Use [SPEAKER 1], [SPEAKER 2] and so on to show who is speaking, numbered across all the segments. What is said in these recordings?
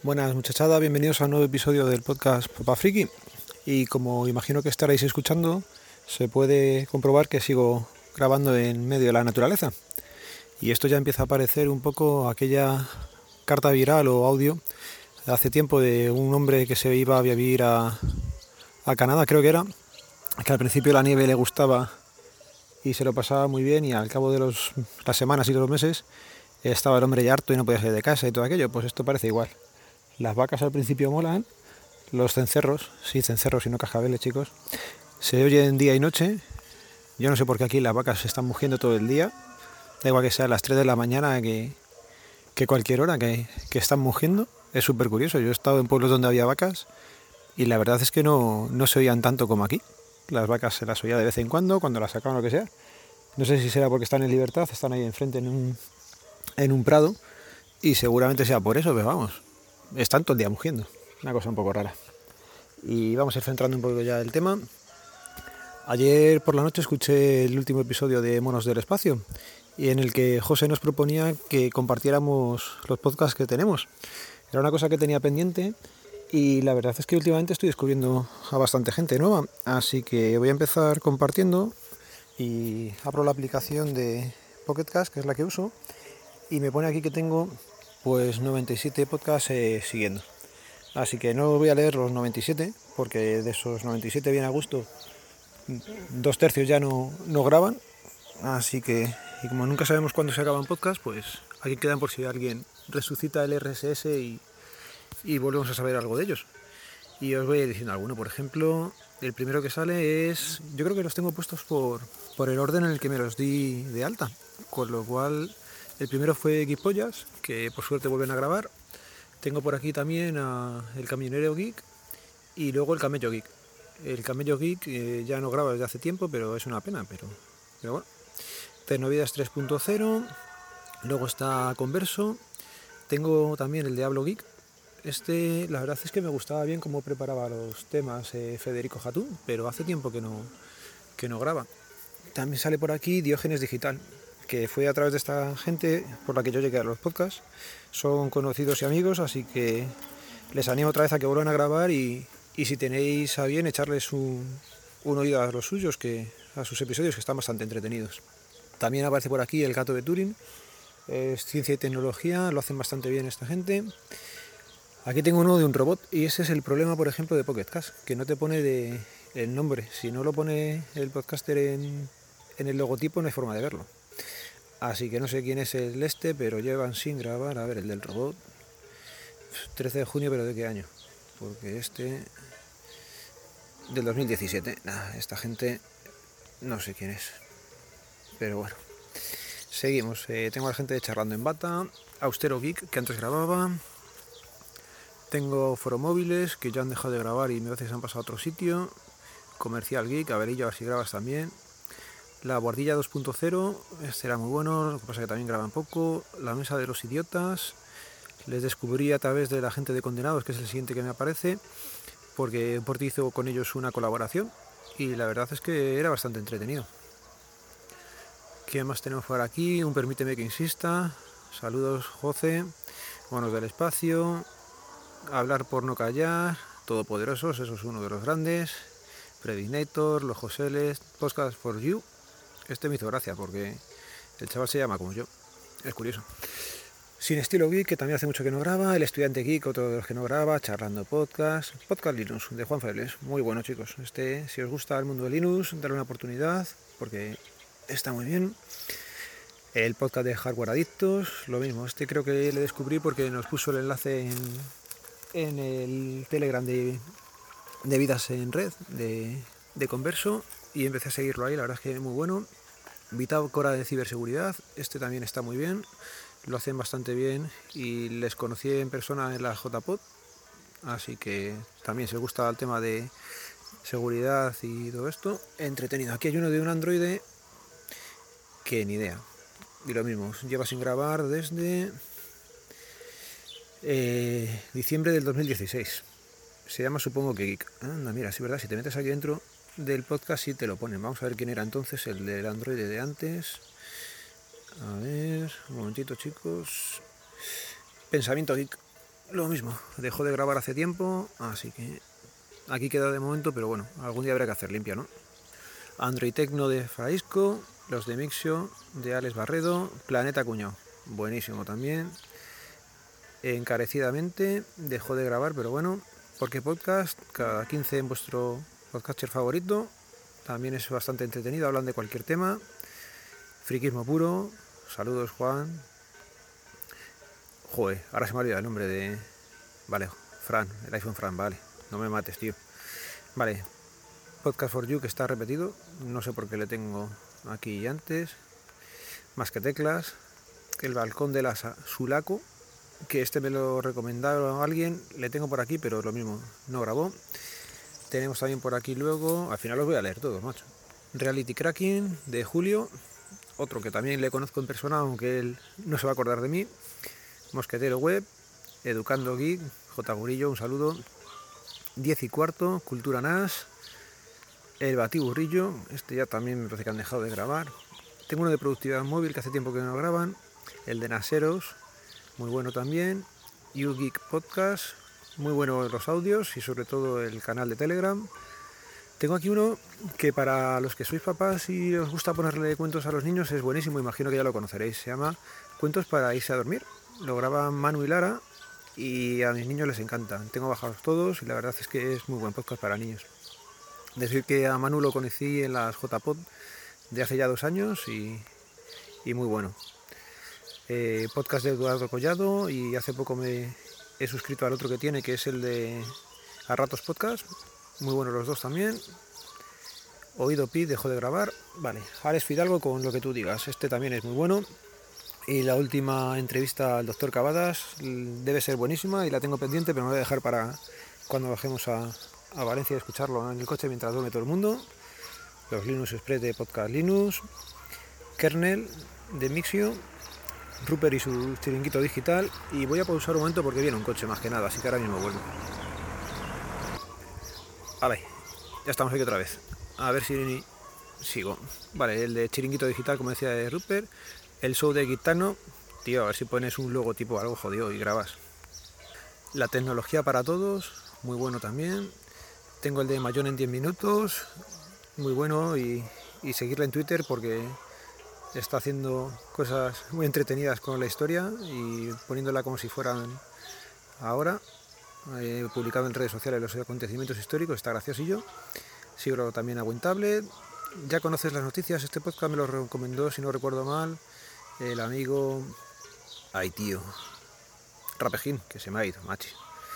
[SPEAKER 1] Buenas muchachada, bienvenidos a un nuevo episodio del podcast Papá Friki. Y como imagino que estaréis escuchando, se puede comprobar que sigo grabando en medio de la naturaleza. Y esto ya empieza a parecer un poco aquella carta viral o audio de hace tiempo de un hombre que se iba a vivir a Canadá, creo que era, que al principio la nieve le gustaba y se lo pasaba muy bien, y al cabo de las semanas y los meses estaba el hombre ya harto y no podía salir de casa y todo aquello. Pues esto parece igual. Las vacas al principio molan, los cencerros, sí, cencerros y no cascabeles, chicos, se oyen día y noche. Yo no sé por qué aquí las vacas se están mugiendo todo el día, da igual que sea a las 3 de la mañana que cualquier hora que están mugiendo. Es súper curioso. Yo he estado en pueblos donde había vacas y la verdad es que no se oían tanto como aquí. Las vacas se las oía de vez en cuando las sacaban o lo que sea. No sé si será porque están en libertad, están ahí enfrente en un prado, y seguramente sea por eso, pero vamos, están todo el día mugiendo. Una cosa un poco rara. Y vamos a ir centrando un poco ya el tema. Ayer por la noche escuché el último episodio de Monos del Espacio, y en el que José nos proponía que compartiéramos los podcasts que tenemos. Era una cosa que tenía pendiente y la verdad es que últimamente estoy descubriendo a bastante gente nueva, así que voy a empezar compartiendo y abro la aplicación de Pocket Cast, que es la que uso, y me pone aquí que tengo pues 97 podcasts siguiendo. Así que no voy a leer los 97, porque de esos 97 bien a gusto, 2/3 ya no graban. Así que, y como nunca sabemos cuándo se acaban podcast, pues aquí quedan por si alguien resucita el RSS y volvemos a saber algo de ellos. Y os voy a ir diciendo alguno. Por ejemplo, el primero que sale es... Yo creo que los tengo puestos por el orden en el que me los di de alta. Con lo cual, el primero fue Geekpollas, que por suerte vuelven a grabar. Tengo por aquí también a El Camionero Geek y luego El Camello Geek. El Camello Geek ya no graba desde hace tiempo, pero es una pena, pero bueno. Tecnovidas 3.0, luego está Converso. Tengo también el Diablo Geek. La verdad es que me gustaba bien cómo preparaba los temas Federico Jatún, pero hace tiempo que no graba. También sale por aquí Diógenes Digital, que fue a través de esta gente por la que yo llegué a los podcasts. Son conocidos y amigos, así que les animo otra vez a que vuelvan a grabar, y si tenéis a bien echarles un oído a los suyos, a sus episodios, que están bastante entretenidos. También aparece por aquí El Gato de Turing, es ciencia y tecnología, lo hacen bastante bien esta gente. Aquí tengo uno de un robot, y ese es el problema, por ejemplo, de Pocket Cast, que no te pone el nombre. Si no lo pone el podcaster en el logotipo, no hay forma de verlo. Así que no sé quién es pero llevan sin grabar. A ver, el del robot, 13 de junio, pero ¿de qué año? Porque del 2017. Esta gente no sé quién es, pero bueno. Seguimos. Tengo a la gente de Charlando en Bata, Austero Geek, que antes grababa. Tengo Foromóviles, que ya han dejado de grabar y me parece que se han pasado a otro sitio. Comercial Geek, a ver si grabas también. La Guardilla 2.0, este era muy bueno, lo que pasa es que también graban poco. La Mesa de los Idiotas, les descubrí a través de La Gente de Condenados, que es el siguiente que me aparece, porque Porti hizo con ellos una colaboración y la verdad es que era bastante entretenido. ¿Qué más tenemos por aquí? Un Permíteme que insista. Saludos, José. Monos del Espacio. Hablar por no callar. Todopoderosos, eso es uno de los grandes. Predinator, Los Joseles, Podcast for You. Este me hizo gracia porque el chaval se llama como yo. Es curioso. Sin Estilo Geek, que también hace mucho que no graba. El Estudiante Geek, otro de los que no graba. Charlando Podcast. Podcast Linux, de Juan Febles. Muy bueno, chicos. Si os gusta el mundo de Linux, darle una oportunidad, porque está muy bien. El podcast de Hardware Adictos, lo mismo. Creo que le descubrí porque nos puso el enlace en el Telegram de Vidas en Red, de Converso, y empecé a seguirlo ahí. La verdad es que es muy bueno. Bitácora de Ciberseguridad, también está muy bien. Lo hacen bastante bien y les conocí en persona en la JPod, así que también, si os gusta el tema de seguridad y todo esto, entretenido. Aquí hay uno de un androide que ni idea. Y lo mismo, lleva sin grabar desde diciembre del 2016. Se llama, supongo que Geek. Anda, mira, sí, verdad, si te metes aquí dentro del podcast sí te lo ponen. Vamos a ver quién era entonces el del androide de antes. A ver, un momentito, chicos. Pensamiento Geek. lo mismo, dejó de grabar hace tiempo, así que aquí queda de momento, pero bueno, algún día habrá que hacer limpia, ¿no? Android Tecno de Faisco, los de Mixio, de Alex Barredo, Planeta Cuñado, buenísimo también. Encarecidamente dejó de grabar, pero bueno, porque podcast, cada 15 en vuestro podcaster favorito, también es bastante entretenido, hablan de cualquier tema. Friquismo puro, saludos Juan. Joder, ahora se me ha olvidado el nombre de... Vale, Fran, el iPhone Fran, vale, no me mates, tío. Vale, Podcast for You, que está repetido, no sé por qué le tengo aquí antes. Más que teclas, el balcón de la Sulaco, que este me lo recomendaron a alguien, le tengo por aquí, pero lo mismo, no grabó. Tenemos también por aquí luego, al final los voy a leer todos, macho. Reality Cracking, de Julio, otro que también le conozco en persona, aunque él no se va a acordar de mí. Mosquetero Web, Educando Geek, J. Gurillo, un saludo. 10 y cuarto, Cultura NAS, El Batiburrillo, este ya también me parece que han dejado de grabar. Tengo uno de productividad móvil que hace tiempo que no graban, el de Naseros, muy bueno también. YouGeek Podcast, muy bueno los audios y sobre todo el canal de Telegram. Tengo aquí uno que para los que sois papás y os gusta ponerle cuentos a los niños es buenísimo, imagino que ya lo conoceréis. Se llama Cuentos para irse a dormir. Lo graban Manu y Lara y a mis niños les encanta. Tengo bajados todos y la verdad es que es muy buen podcast para niños. Decir que a Manu lo conocí en las JPod de hace ya 2 años y muy bueno. Podcast de Eduardo Collado y hace poco me he suscrito al otro que tiene, que es el de A Ratos Podcast. Muy buenos los dos también. Oído Pi dejó de grabar. Vale, Alex Fidalgo con Lo que tú digas. Este también es muy bueno. Y la última entrevista al doctor Cavadas debe ser buenísima y la tengo pendiente, pero me voy a dejar para cuando bajemos a Valencia a escucharlo en el coche mientras duerme todo el mundo. Los Linux Express de Podcast Linux. Kernel de Mixio. Rupert y su chiringuito digital. Y voy a pausar un momento porque viene un coche más que nada, así que ahora mismo vuelvo. Vale, ya estamos aquí otra vez. A ver si sigo. Vale, el de chiringuito digital, como decía de Rupert. El show de Gitano. Tío, a ver si pones un logotipo o algo jodido y grabas. La tecnología para todos, muy bueno también. Tengo el de Mayón en 10 minutos, muy bueno. Y seguirla en Twitter porque está haciendo cosas muy entretenidas con la historia y poniéndola como si fueran ahora. He publicado en redes sociales los acontecimientos históricos, está graciosillo. Sigo también a WinTablet. Ya conoces las noticias, este podcast me lo recomendó, si no recuerdo mal, el amigo... Ay, tío. Rapejín, que se me ha ido, machi.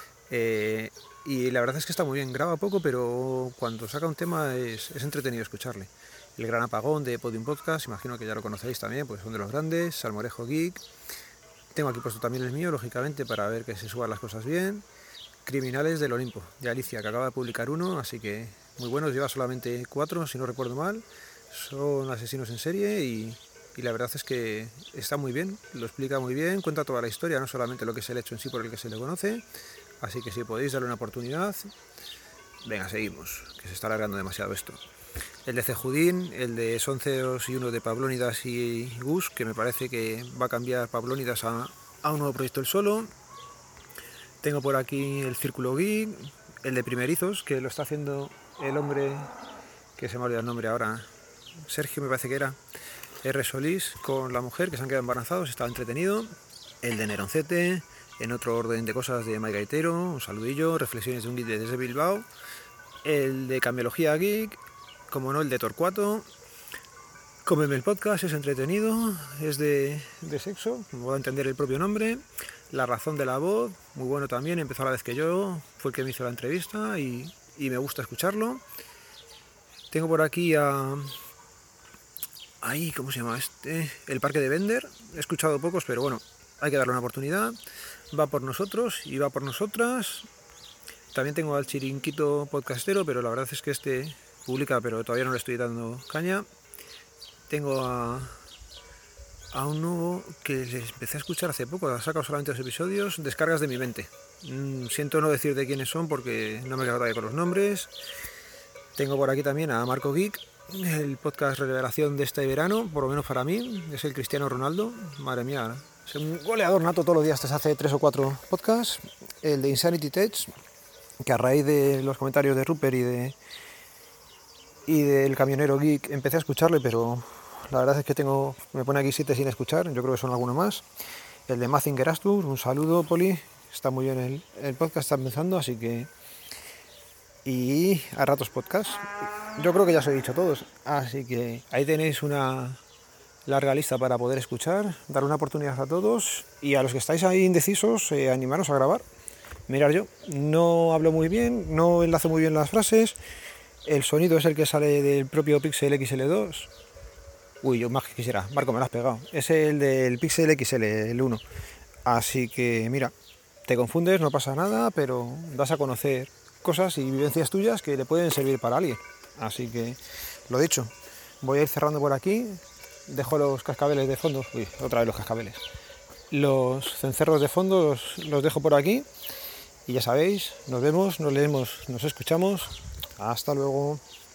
[SPEAKER 1] Y la verdad es que está muy bien, graba poco, pero cuando saca un tema es entretenido escucharle. El Gran Apagón de Podium Podcast, imagino que ya lo conocéis también, pues son de los grandes. Salmorejo Geek. Tengo aquí puesto también el mío, lógicamente, para ver que se suban las cosas bien. Criminales del Olimpo, de Alicia, que acaba de publicar uno, así que muy buenos, lleva solamente 4, si no recuerdo mal. Son asesinos en serie y la verdad es que está muy bien, lo explica muy bien, cuenta toda la historia, no solamente lo que es el hecho en sí por el que se le conoce. Así que si podéis darle una oportunidad, venga, seguimos, que se está alargando demasiado esto. El de Cejudín, el de Son CEOs y uno de Pablónidas y Gus, que me parece que va a cambiar Pablónidas a un nuevo proyecto él solo. Tengo por aquí el Círculo Geek, el de Primerizos, que lo está haciendo el hombre, que se me ha olvidado el nombre ahora, Sergio me parece que era, R. Solís, con la mujer, que se han quedado embarazados, estaba entretenido. El de Neroncete, en otro orden de cosas de Mike Gaitero, un saludillo, reflexiones de un geek desde Bilbao. El de Cambiología Geek, como no, el de Torcuato. Cómeme el podcast, es entretenido, es de sexo, como voy a entender el propio nombre. La razón de la voz, muy bueno también, empezó a la vez que yo, fue el que me hizo la entrevista y me gusta escucharlo. Tengo por aquí a... Ahí, ¿cómo se llama este? El Parque de Bender, he escuchado pocos, pero bueno, hay que darle una oportunidad. Va por nosotros y va por nosotras. También tengo al Chiringuito Podcastero, pero la verdad es que este publica, pero todavía no le estoy dando caña. Tengo a un nuevo que les empecé a escuchar hace poco, ha sacado solamente 2 episodios, Descargas de mi mente. Siento no decir de quiénes son porque no me quedo todavía con los nombres. Tengo por aquí también a Marco Geek, el podcast revelación de este verano, por lo menos para mí, es el Cristiano Ronaldo. Madre mía, es un goleador nato todos los días desde hace 3 o 4 podcasts. El de Insanity Tech, que a raíz de los comentarios de Rupert y del camionero geek empecé a escucharle, pero la verdad es que me pone aquí 7 sin escuchar, yo creo que son algunos más. El de Mazinger Astur, un saludo, Poli, está muy bien el podcast, está empezando, así que... Y a ratos podcast. Yo creo que ya os he dicho todos, así que ahí tenéis una larga lista para poder escuchar, dar una oportunidad a todos y a los que estáis ahí indecisos, animaros a grabar. Mirad, yo no hablo muy bien, no enlazo muy bien las frases, el sonido es el que sale del propio Pixel XL2. Uy, yo más que quisiera, Marco, me lo has pegado. Es el del Pixel XL, el 1. Así que mira, te confundes, no pasa nada, pero vas a conocer cosas y vivencias tuyas que le pueden servir para alguien. Así que, lo dicho, voy a ir cerrando por aquí. Dejo los cascabeles de fondo. Uy, otra vez los cascabeles. Los cencerros de fondo los dejo por aquí. Y ya sabéis, nos vemos, nos leemos, nos escuchamos. Hasta luego.